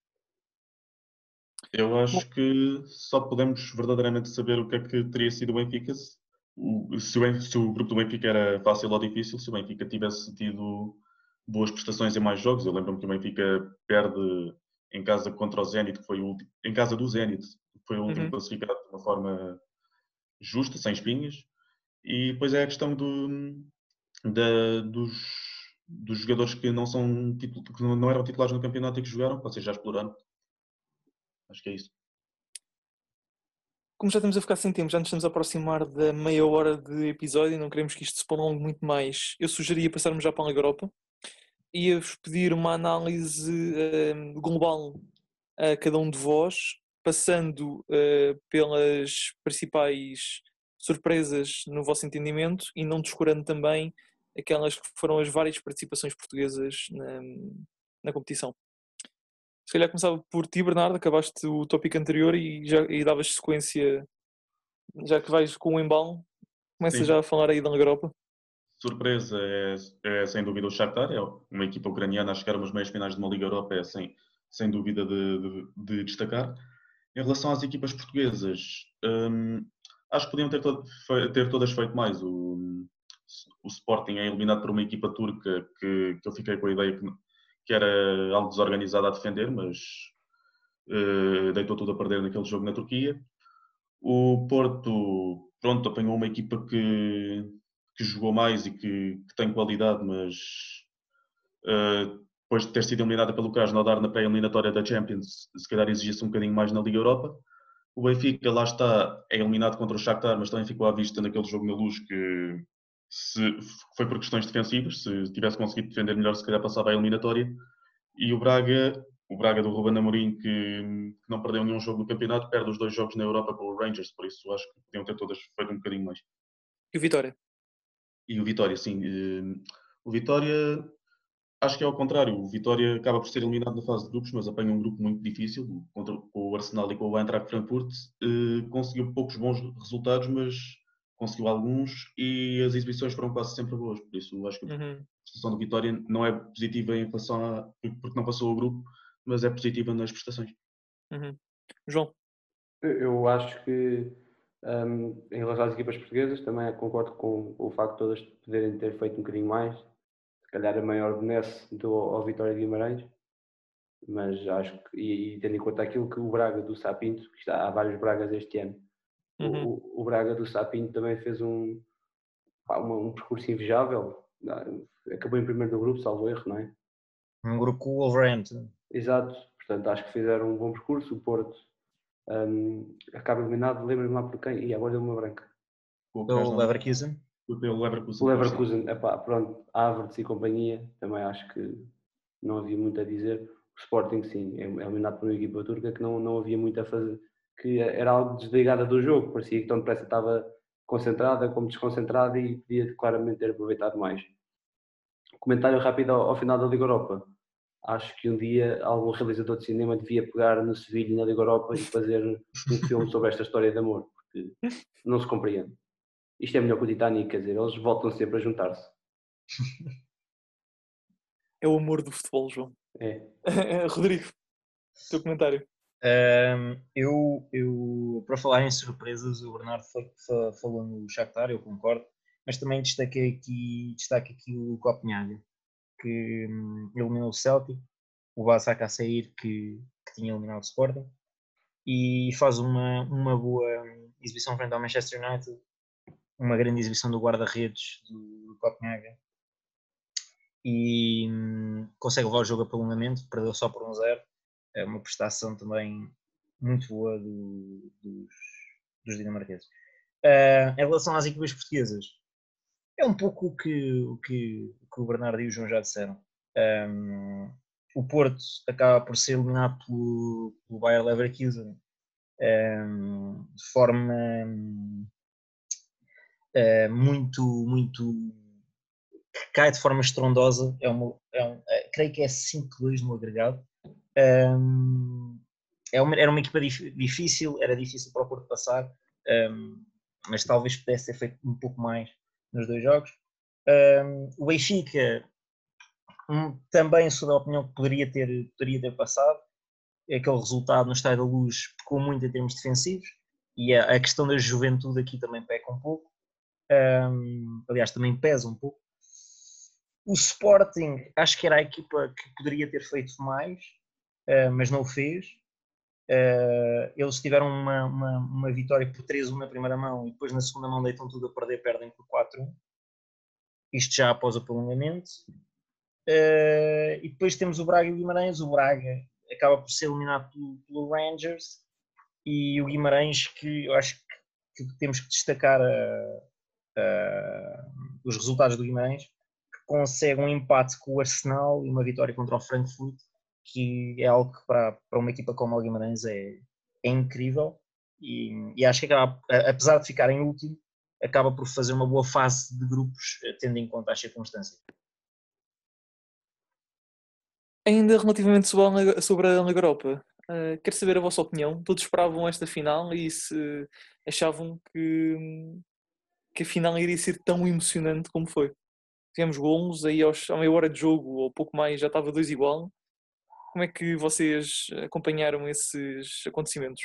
Eu acho que só podemos verdadeiramente saber o que é que teria sido o Benfica se o, se o, se o grupo do Benfica era fácil ou difícil, se o Benfica tivesse tido boas prestações em mais jogos. Eu lembro-me que o Benfica perde em casa contra o Zenit, que foi o último, em casa do Zenit, que foi o último uhum. classificado de uma forma justa, sem espinhas. E depois é a questão do, da, dos, dos jogadores que não, são, que não eram titulares no campeonato e que jogaram, vocês já exploraram. Acho que é isso. Como já estamos a ficar sem tempo, já nos estamos a aproximar da meia hora de episódio e não queremos que isto se prolongue muito mais, eu sugeria passarmos já para a Liga Europa. Ia-vos pedir uma análise uh, global a cada um de vós, passando uh, pelas principais surpresas no vosso entendimento e não descurando também aquelas que foram as várias participações portuguesas na, na competição. Se calhar começava por ti, Bernardo, acabaste o tópico anterior e, já, e davas sequência, já que vais com o embalo, começa Sim. já a falar aí da Liga Europa. Surpresa é, é sem dúvida o Shakhtar, é uma equipa ucraniana a chegar a umas meias finais de uma Liga Europa, é sem, sem dúvida de, de, de destacar. Em relação às equipas portuguesas, hum, acho que podiam ter, to ter todas feito mais. O, o Sporting é eliminado por uma equipa turca que, que eu fiquei com a ideia que, que era algo desorganizado a defender, mas uh, deitou tudo a perder naquele jogo na Turquia. O Porto, pronto, apanhou uma equipa que, que jogou mais e que, que tem qualidade, mas uh, depois de ter sido eliminada pelo Krasnodar na pré-eliminatória da Champions, se calhar exigia-se um bocadinho mais na Liga Europa. O Benfica, lá está, é eliminado contra o Shakhtar, mas também ficou à vista naquele jogo na Luz que se, foi por questões defensivas. Se tivesse conseguido defender melhor, se calhar passava a eliminatória. E o Braga, o Braga do Ruben Amorim, que, que não perdeu nenhum jogo no campeonato, perde os dois jogos na Europa com o Rangers, por isso acho que podiam ter todas feito um bocadinho mais. E o Vitória? E o Vitória, sim. O Vitória, acho que é ao contrário. O Vitória acaba por ser eliminado na fase de grupos, mas apanha um grupo muito difícil, contra, com o Arsenal e com o Eintracht Frankfurt. Conseguiu poucos bons resultados, mas conseguiu alguns e as exibições foram quase sempre boas. Por isso acho que uhum. a prestação do Vitória não é positiva em relação a... porque não passou o grupo, mas é positiva nas prestações. Uhum. João? Eu acho que um, em relação às equipas portuguesas também concordo com, com o facto de todas poderem ter feito um bocadinho mais. Se calhar a maior benesse do ao Vitória de Guimarães, mas acho que, e, e tendo em conta aquilo que o Braga do Sapinto, que está, há vários Bragas este ano, uhum. o, o Braga do Sapinto também fez um, pá, uma, um percurso invejável, acabou em primeiro do grupo, salvo erro, não é? Um grupo com o Wolverhampton. Exato, portanto acho que fizeram um bom percurso. O Porto um, acaba eliminado, lembro-me lá por quem, e agora deu uma branca. O Leverkusen. O Leverkusen, o Leverkusen, epá, pronto, Havertz e companhia, também acho que não havia muito a dizer. O Sporting, sim, é eliminado por uma equipa turca que não, não havia muito a fazer, que era algo desligada do jogo, parecia que tão depressa estava concentrada como desconcentrada e podia claramente ter aproveitado mais. Comentário rápido ao, ao final da Liga Europa. Acho que um dia algum realizador de cinema devia pegar no Sevilha e na Liga Europa e fazer um filme sobre esta história de amor, porque não se compreende. Isto é melhor que o Titanic, quer dizer, eles voltam sempre a juntar-se. É o amor do futebol, João. É. Rodrigo, teu comentário. Um, eu, eu, para falar em surpresas, o Bernardo falou no Shakhtar, eu concordo, mas também destaquei aqui, destaque aqui o Copenhague, que um, eliminou o Celtic, o Basak a sair, que, que tinha eliminado o Sporting, e faz uma, uma boa exibição frente ao Manchester United, uma grande exibição do guarda-redes do, do Copenhague, e hum, consegue levar o jogo a prolongamento, perdeu só por um zero. É uma prestação também muito boa do, dos, dos dinamarqueses. Uh, em relação às equipas portuguesas, é um pouco o que o, que, que o Bernardo e o João já disseram. Um, o Porto acaba por ser eliminado pelo, pelo Bayer Leverkusen um, de forma uh, muito, muito que cai de forma estrondosa. É uma, é um, é, creio que é cinco a dois no agregado. Um, é uma, era uma equipa dif, difícil, era difícil para o Porto passar, um, mas talvez pudesse ter feito um pouco mais nos dois jogos. Um, o Benfica um, também sou da opinião que poderia ter, poderia ter passado. Aquele resultado no Estádio da Luz pecou muito em termos defensivos e a, a questão da juventude aqui também peca um pouco. Um, aliás, também pesa um pouco. O Sporting, acho que era a equipa que poderia ter feito mais, uh, mas não o fez. Uh, eles tiveram uma, uma, uma vitória por três a um na primeira mão e depois na segunda mão deitam tudo a perder, perdem por quatro a um. Isto já após o prolongamento. Uh, e depois temos o Braga e o Guimarães. O Braga acaba por ser eliminado pelo, pelo Rangers e o Guimarães, que eu acho que, que temos que destacar uh, uh, os resultados do Guimarães, que consegue um empate com o Arsenal e uma vitória contra o Frankfurt, que é algo que para, para uma equipa como o Guimarães é, é incrível e, e acho que acaba, apesar de ficar em último, acaba por fazer uma boa fase de grupos, tendo em conta as circunstâncias. Ainda relativamente sobre a Liga- sobre a Liga Europa, uh, quero saber a vossa opinião. Todos esperavam esta final e se achavam que, que a final iria ser tão emocionante como foi. Tivemos golos, aí aos, à meia hora de jogo, ou pouco mais, já estava dois igual. Como é que vocês acompanharam esses acontecimentos?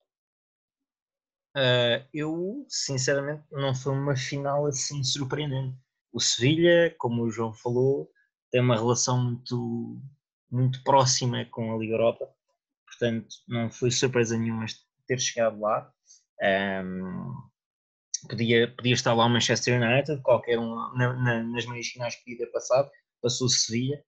Uh, eu, sinceramente, não foi uma final assim surpreendente. O Sevilha, como o João falou, tem uma relação muito, muito próxima com a Liga Europa, portanto, não foi surpresa nenhuma ter chegado lá. Um, podia, podia estar lá o Manchester United, qualquer um na, na, nas meias finais que podia ter passado, passou o Sevilha.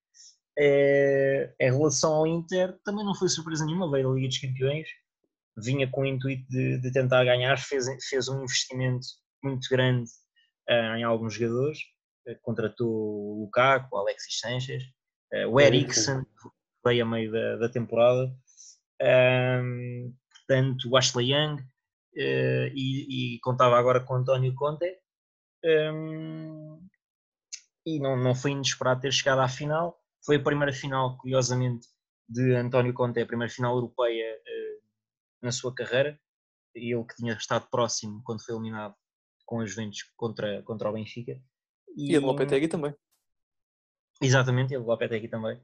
É, em relação ao Inter, também não foi surpresa nenhuma, veio da Liga dos Campeões, vinha com o intuito de, de tentar ganhar, fez, fez um investimento muito grande uh, em alguns jogadores, uh, contratou o Lukaku, o Alexis Sanchez, uh, o Eriksen, veio a meio da, da temporada, um, portanto o Ashley Young, uh, e, e contava agora com o António Conte, um, e não, não foi inesperado ter chegado à final. Foi a primeira final, curiosamente, de António Conte, a primeira final europeia uh, na sua carreira, e ele que tinha estado próximo quando foi eliminado com a Juventus contra, contra o Benfica. E, e a de Lopetegui também. Exatamente, e a de Lopetegui também.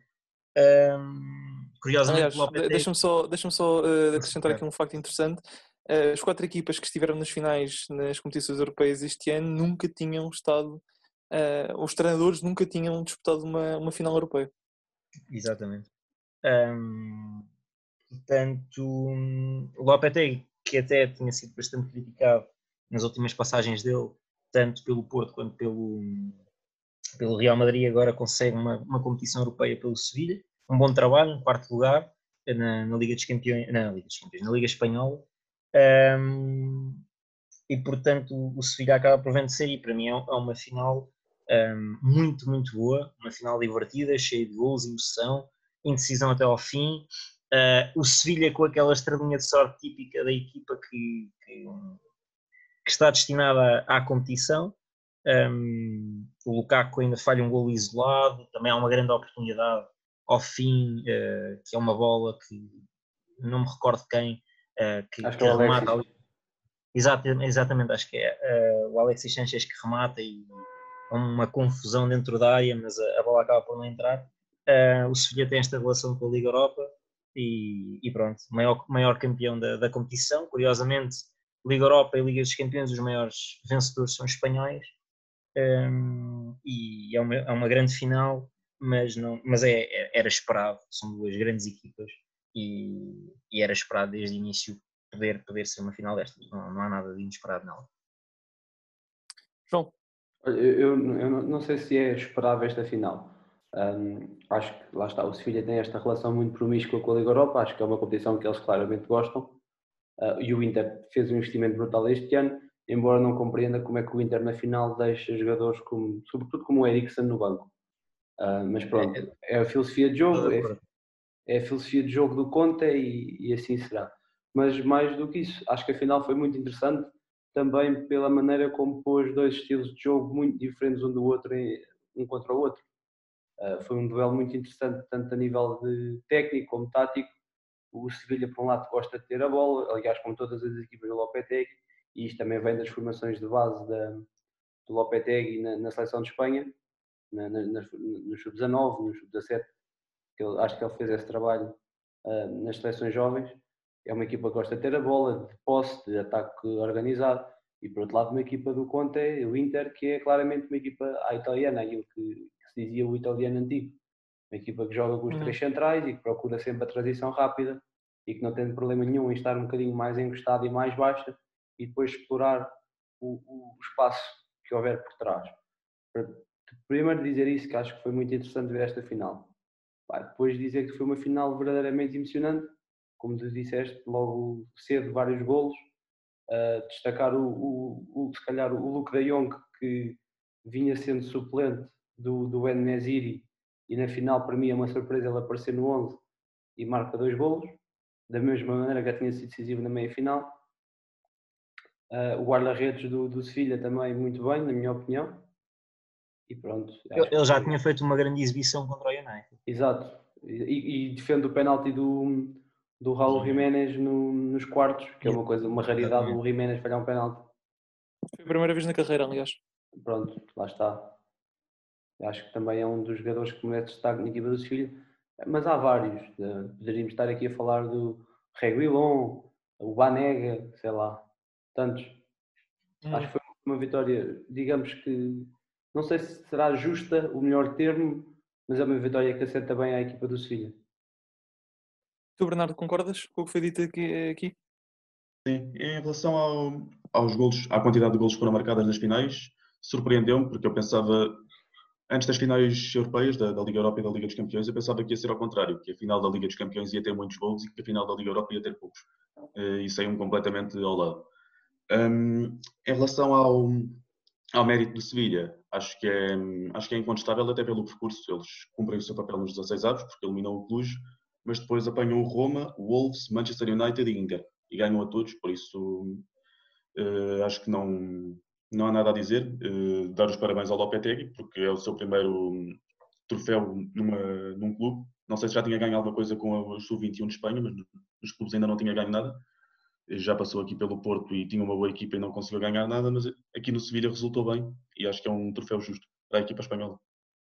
Um, curiosamente, aliás, Lopetegui... deixa-me só, deixa-me só uh, acrescentar aqui um facto interessante. Uh, as quatro equipas que estiveram nas finais nas competições europeias este ano nunca tinham estado, uh, os treinadores nunca tinham disputado uma, uma final europeia. Exatamente. Um, portanto, o Lopetegui, que até tinha sido bastante criticado nas últimas passagens dele, tanto pelo Porto quanto pelo, pelo Real Madrid, agora consegue uma, uma competição europeia pelo Sevilha. Um bom trabalho, um quarto lugar na, na Liga dos Campeões, na Liga dos Campeões, na Liga Espanhola. Um, e portanto o Sevilha acaba por vencer, e para mim é uma final um, muito, muito boa, uma final divertida, cheia de gols, emoção, indecisão até ao fim. Uh, o Sevilha com aquela estrelinha de sorte típica da equipa que, que, que está destinada à, à competição. Um, o Lukaku ainda falha um gol isolado, também há uma grande oportunidade ao fim, uh, que é uma bola que não me recordo quem, uh, que, Acho que que é o remata Alexis. ali. Exatamente, exatamente, acho que é uh, o Alexis Sanchez que remata, e uma confusão dentro da área, mas a, a bola acaba por não entrar. Uh, o Sevilha tem esta relação com a Liga Europa e, e pronto, maior, maior campeão da, da competição. Curiosamente, Liga Europa e Liga dos Campeões, os maiores vencedores são espanhóis, um, e é uma, é uma grande final, mas, não, mas é, é, era esperado, são duas grandes equipas, e, e era esperado desde o início poder, poder ser uma final destas, não, não há nada de inesperado nela. João? Eu, eu, eu não sei se é esperável esta final. Um, acho que lá está, o Sevilha tem esta relação muito promíscua com a Liga Europa, acho que é uma competição que eles claramente gostam, uh, e o Inter fez um investimento brutal este ano, embora não compreenda como é que o Inter na final deixa jogadores como, sobretudo como o Eriksen no banco. Uh, mas pronto, é a filosofia de jogo, é, é a filosofia de jogo do Conte, e, e assim será. Mas mais do que isso, acho que a final foi muito interessante, também pela maneira como pôs dois estilos de jogo muito diferentes um do outro, um contra o outro. Uh, foi um duelo muito interessante, tanto a nível de técnico como tático. O Sevilha, por um lado, gosta de ter a bola, aliás, como todas as equipas do Lopetegui, e isto também vem das formações de base da, do Lopetegui na, na seleção de Espanha, na, na, no sub dezanove, no sub dezassete, que ele, acho que ele fez esse trabalho uh, nas seleções jovens. É uma equipa que gosta de ter a bola, de posse, de ataque organizado, e por outro lado uma equipa do Conte, o Inter, que é claramente uma equipa à italiana, aquilo que, que se dizia o italiano antigo. Uma equipa que joga com os uhum. três centrais e que procura sempre a transição rápida e que não tem problema nenhum em estar um bocadinho mais encostado e mais baixa e depois explorar o, o espaço que houver por trás. Primeiro dizer isso, que acho que foi muito interessante ver esta final. Depois dizer que foi uma final verdadeiramente emocionante, como tu disseste, logo cedo vários golos, uh, destacar o, o, o, se calhar o Luke de Jong, que vinha sendo suplente do, do En-Nesyri, e na final para mim é uma surpresa ele aparecer no onze e marca dois golos, da mesma maneira que já tinha sido decisivo na meia-final. Uh, o guarda-redes do, do Sevilha também muito bem, na minha opinião. E pronto. Ele já que... tinha feito uma grande exibição contra o United. Exato. E, e defende o penalti do, do Raul Jiménez no, nos quartos, que é uma coisa, uma raridade, o Jiménez falhar um penalti. Foi a primeira vez na carreira, aliás. Pronto, lá está. Acho que também é um dos jogadores que merece destaque na equipa do Sevilha, mas há vários. Poderíamos estar aqui a falar do Reguilon, o Banega, sei lá, tantos. Hum. Acho que foi uma vitória, digamos que, não sei se será justa o melhor termo, mas é uma vitória que acerta bem à equipa do Sevilha. Tu, Bernardo, concordas com o que foi dito aqui? aqui? Sim, em relação ao, aos golos, à quantidade de golos que foram marcadas nas finais, surpreendeu-me, porque eu pensava, antes das finais europeias, da, da Liga Europa e da Liga dos Campeões, eu pensava que ia ser ao contrário, que a final da Liga dos Campeões ia ter muitos golos e que a final da Liga Europa ia ter poucos. E saiu-me completamente ao lado. Um, em relação ao, ao mérito do Sevilha, acho que, é, acho que é incontestável até pelo percurso. Eles cumprem o seu papel nos dezasseis avos, porque eliminam o Cluj, mas depois apanham o Roma, o Wolves, Manchester United e Inter. E ganham a todos, por isso uh, acho que não, não há nada a dizer. Uh, dar os parabéns ao Lopetegui, porque é o seu primeiro troféu numa, num clube. Não sei se já tinha ganho alguma coisa com o sub vinte e um de Espanha, mas nos clubes ainda não tinha ganho nada. Já passou aqui pelo Porto e tinha uma boa equipa e não conseguiu ganhar nada, mas aqui no Sevilha resultou bem e acho que é um troféu justo para a equipa espanhola.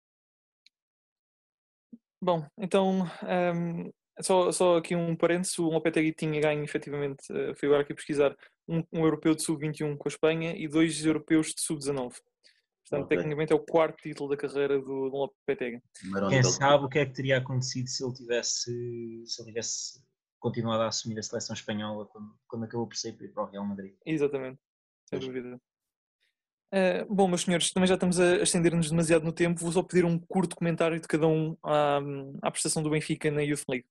Bom, então, um, só, só aqui um parênteses, o Lopetegui tinha ganho, efetivamente, uh, fui agora aqui pesquisar, um, um europeu de sub vinte e um com a Espanha e dois europeus de sub dezanove. Portanto, okay. Tecnicamente é o quarto título da carreira do, do Lopetegui. Quem sabe o que é que teria acontecido se ele tivesse, se ele tivesse continuado a assumir a seleção espanhola quando, quando acabou por sair para o Real Madrid. Exatamente, sem Mas... dúvida. Uh, bom, meus senhores, também já estamos a estender-nos demasiado no tempo. Vou só pedir um curto comentário de cada um à, à prestação do Benfica na Youth League.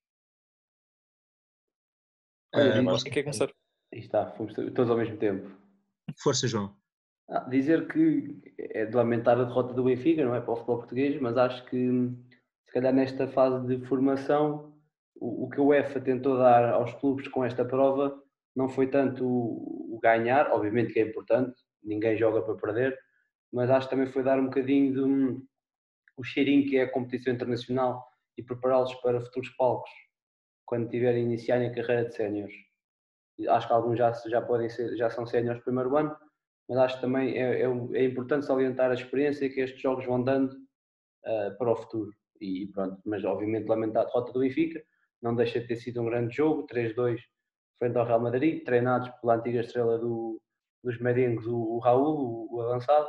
Olha, uh, quem quer começar? Aí está, fomos todos ao mesmo tempo. Força, João. Ah, dizer que é de lamentar a derrota do Benfica, não é para o futebol português, mas acho que se calhar nesta fase de formação o, o que a UEFA tentou dar aos clubes com esta prova não foi tanto o, o ganhar, obviamente que é importante, ninguém joga para perder, mas acho que também foi dar um bocadinho de um, o cheirinho que é a competição internacional e prepará-los para futuros palcos quando tiverem a iniciar a carreira de séniores. Acho que alguns já, já podem ser, já são séniores no primeiro ano, mas acho que também é, é, é importante salientar a experiência que estes jogos vão dando uh, para o futuro. E pronto, mas obviamente lamentar a derrota do Benfica, não deixa de ter sido um grande jogo, três a dois frente ao Real Madrid, treinados pela antiga estrela do, dos merengues, o, o Raul, o, o avançado.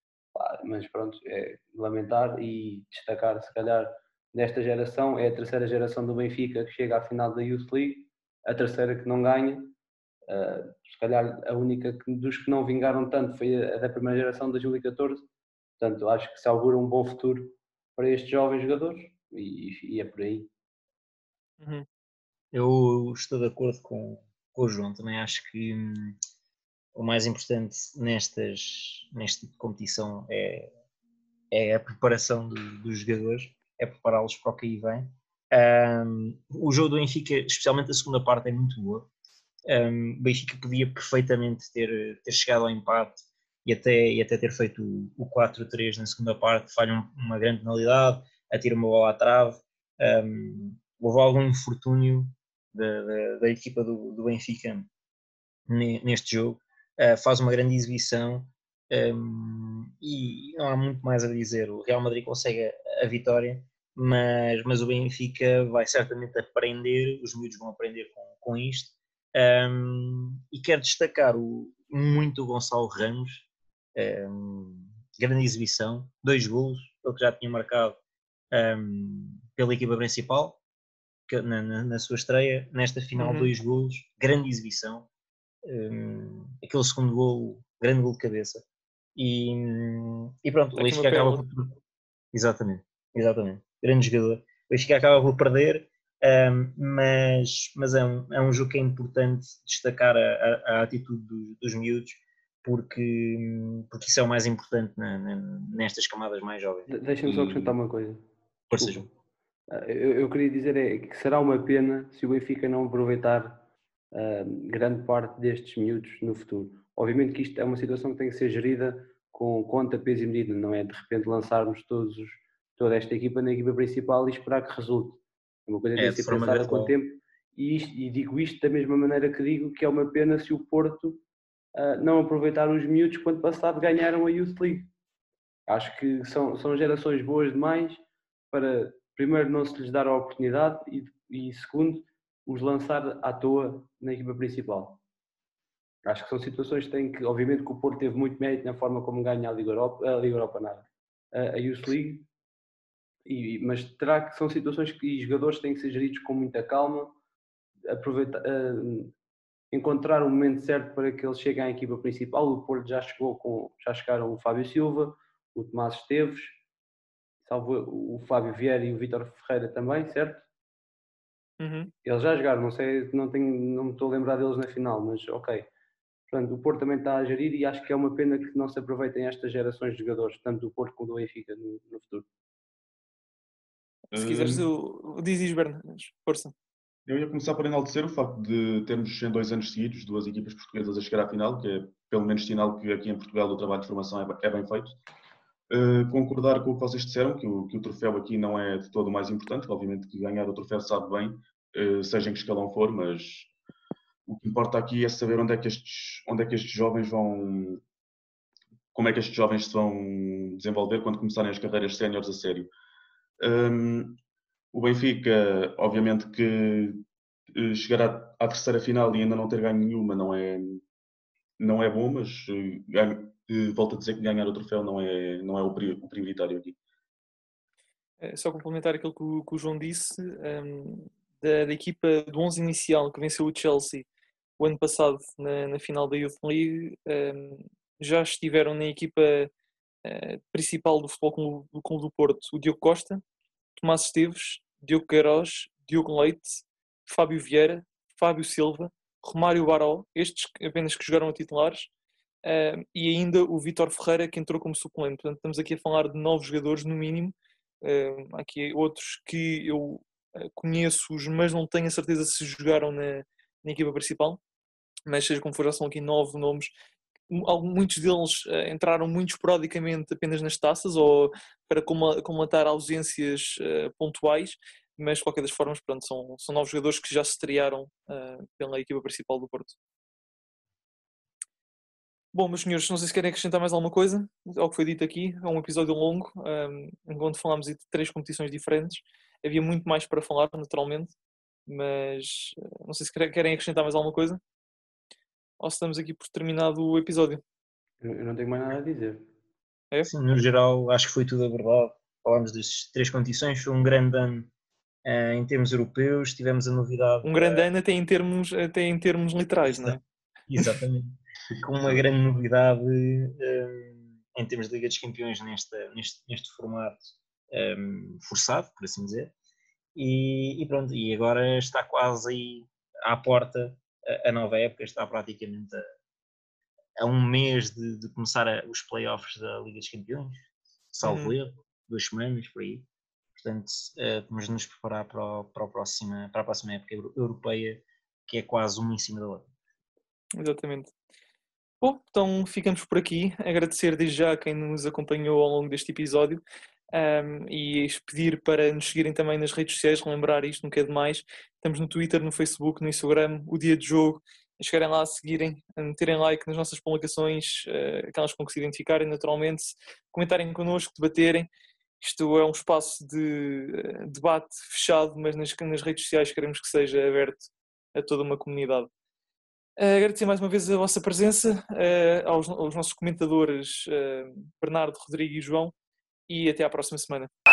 Mas pronto, é lamentar e destacar, se calhar, nesta geração, é a terceira geração do Benfica que chega à final da Youth League, a terceira que não ganha. Uh, se calhar a única que, dos que não vingaram tanto foi a, a da primeira geração de dois mil e catorze. Portanto, acho que se augura um bom futuro para estes jovens jogadores e, e é por aí. Uhum. Eu estou de acordo com, com o João. Também acho que hum, o mais importante nestas, neste tipo de competição é, é a preparação do, dos jogadores, é prepará-los para o que aí vem. Um, o jogo do Benfica, especialmente a segunda parte, é muito boa. O um, Benfica podia perfeitamente ter, ter chegado ao empate e até, e até ter feito o, o quatro a três na segunda parte, falha uma grande penalidade, atira uma bola à trave. Um, houve algum infortúnio da, da, da equipa do, do Benfica neste jogo, uh, faz uma grande exibição um, e não há muito mais a dizer. O Real Madrid consegue a, a vitória, mas, mas o Benfica vai certamente aprender, os miúdos vão aprender com, com isto. Um, e quero destacar o, muito o Gonçalo Ramos, um, grande exibição, dois golos, ele que já tinha marcado um, pela equipa principal que, na, na, na sua estreia, nesta final uhum. dois golos, grande exibição, um, aquele segundo golo, grande golo de cabeça e, e pronto, o Benfica acaba por... exatamente, exatamente, grande jogador, o Benfica acaba por perder. Um, mas mas é, um, é um jogo que é importante destacar a, a, a atitude dos, dos miúdos, porque, porque isso é o mais importante na, na, nestas camadas mais jovens. Deixa-me só acrescentar uma coisa. Por seja. Eu, eu queria dizer é que será uma pena se o Benfica não aproveitar uh, grande parte destes miúdos no futuro. Obviamente que isto é uma situação que tem que ser gerida com conta, peso e medida, não é de repente lançarmos todos os, toda esta equipa na equipa principal e esperar que resulte. É uma coisa que É, tem de que ser forma pensada com o gradual. tempo. E, isto, e digo isto da mesma maneira que digo que é uma pena se o Porto uh, não aproveitar os miúdos quando passado ganharam a Youth League. Acho que são, são gerações boas demais para, primeiro, não se lhes dar a oportunidade e, e segundo, os lançar à toa na equipa principal. Acho que são situações que têm que, obviamente, que o Porto teve muito mérito na forma como ganha a Liga Europa, a Liga Europa nada, a Youth League, e, mas terá que são situações que os jogadores têm que ser geridos com muita calma, aproveitar, uh, encontrar o momento certo para que eles cheguem à equipa principal. O Porto já chegou com, já chegaram o Fábio Silva, o Tomás Esteves, salvo o Fábio Vieira e o Vítor Ferreira também, certo? Uhum. Eles já jogaram, não sei, não, tenho, não me estou a lembrar deles na final, mas ok. Portanto, o Porto também está a gerir e acho que é uma pena que não se aproveitem estas gerações de jogadores, tanto do Porto como do Benfica no, no futuro. Se quiseres, Hum, eu... diz isso, Bernardo. Força. Eu ia começar por enaltecer o facto de termos em dois anos seguidos duas equipas portuguesas a chegar à final, que é pelo menos sinal que aqui em Portugal o trabalho de formação é bem feito. Uh, concordar com o que vocês disseram, que o, que o troféu aqui não é de todo o mais importante, obviamente que ganhar o troféu sabe bem, uh, seja em que escalão for, mas o que importa aqui é saber onde é que estes, onde é que estes jovens vão, como é que estes jovens se vão desenvolver quando começarem as carreiras séniores a sério. Um, o Benfica, obviamente que uh, chegar à, à terceira final e ainda não ter ganho nenhuma não é, não é bom, mas uh, ganho, uh, volto a dizer que ganhar o troféu não é, não é o, pri, o prioritário aqui. É, só complementar aquilo que o, que o João disse, um, da, da equipa do onze inicial que venceu o Chelsea o ano passado na, na final da Youth League, um, já estiveram na equipa uh, principal do Futebol Clube do, Clube do Porto o Diogo Costa, Tomás Esteves, Diogo Queiroz, Diogo Leite, Fábio Vieira, Fábio Silva, Romário Baró, estes apenas que jogaram a titulares, uh, e ainda o Vítor Ferreira, que entrou como suplente. Portanto, estamos aqui a falar de nove jogadores no mínimo. Uh, há aqui outros que eu uh, conheço-os, mas não tenho a certeza se jogaram na, na equipa principal. Mas seja como for, já são aqui nove nomes. Muitos deles uh, entraram muito esporadicamente apenas nas taças ou para comatar ausências uh, pontuais, mas de qualquer das formas, pronto, são, são novos jogadores que já se estrearam uh, pela equipa principal do Porto. Bom, meus senhores, não sei se querem acrescentar mais alguma coisa ao que foi dito aqui. É um episódio longo, um, enquanto falámos de três competições diferentes. Havia muito mais para falar, naturalmente, mas não sei se querem acrescentar mais alguma coisa ou se estamos aqui por terminado o episódio. Eu não tenho mais nada a dizer. É? Sim, no geral, acho que foi tudo abordado. Falámos das três competições, foi um grande ano uh, em termos europeus, tivemos a novidade... Um grande uh, ano até em termos, até em termos literais, não é? Exatamente. Com uma grande novidade um, em termos de Liga dos Campeões nesta, neste, neste formato um, forçado, por assim dizer. E, e pronto, e agora está quase aí à porta a, a nova época, está praticamente a, a um mês de, de começar a, os playoffs da Liga dos Campeões, salvo Uhum. erro, duas semanas por aí. Portanto, uh, temos de nos preparar para, o, para, a próxima, para a próxima época europeia, que é quase uma em cima da outra. Exatamente. Bom, então ficamos por aqui. Agradecer desde já a quem nos acompanhou ao longo deste episódio um, e pedir para nos seguirem também nas redes sociais, relembrar isto, nunca é demais. Estamos no Twitter, no Facebook, no Instagram, o Dia de Jogo. Chegarem lá a seguirem, a meterem like nas nossas publicações, uh, aquelas com que se identificarem naturalmente, comentarem connosco, debaterem. Isto é um espaço de uh, debate fechado, mas nas, nas redes sociais queremos que seja aberto a toda uma comunidade. Uh, agradecer mais uma vez a vossa presença, uh, aos, aos nossos comentadores uh, Bernardo, Rodrigo e João, e até à próxima semana.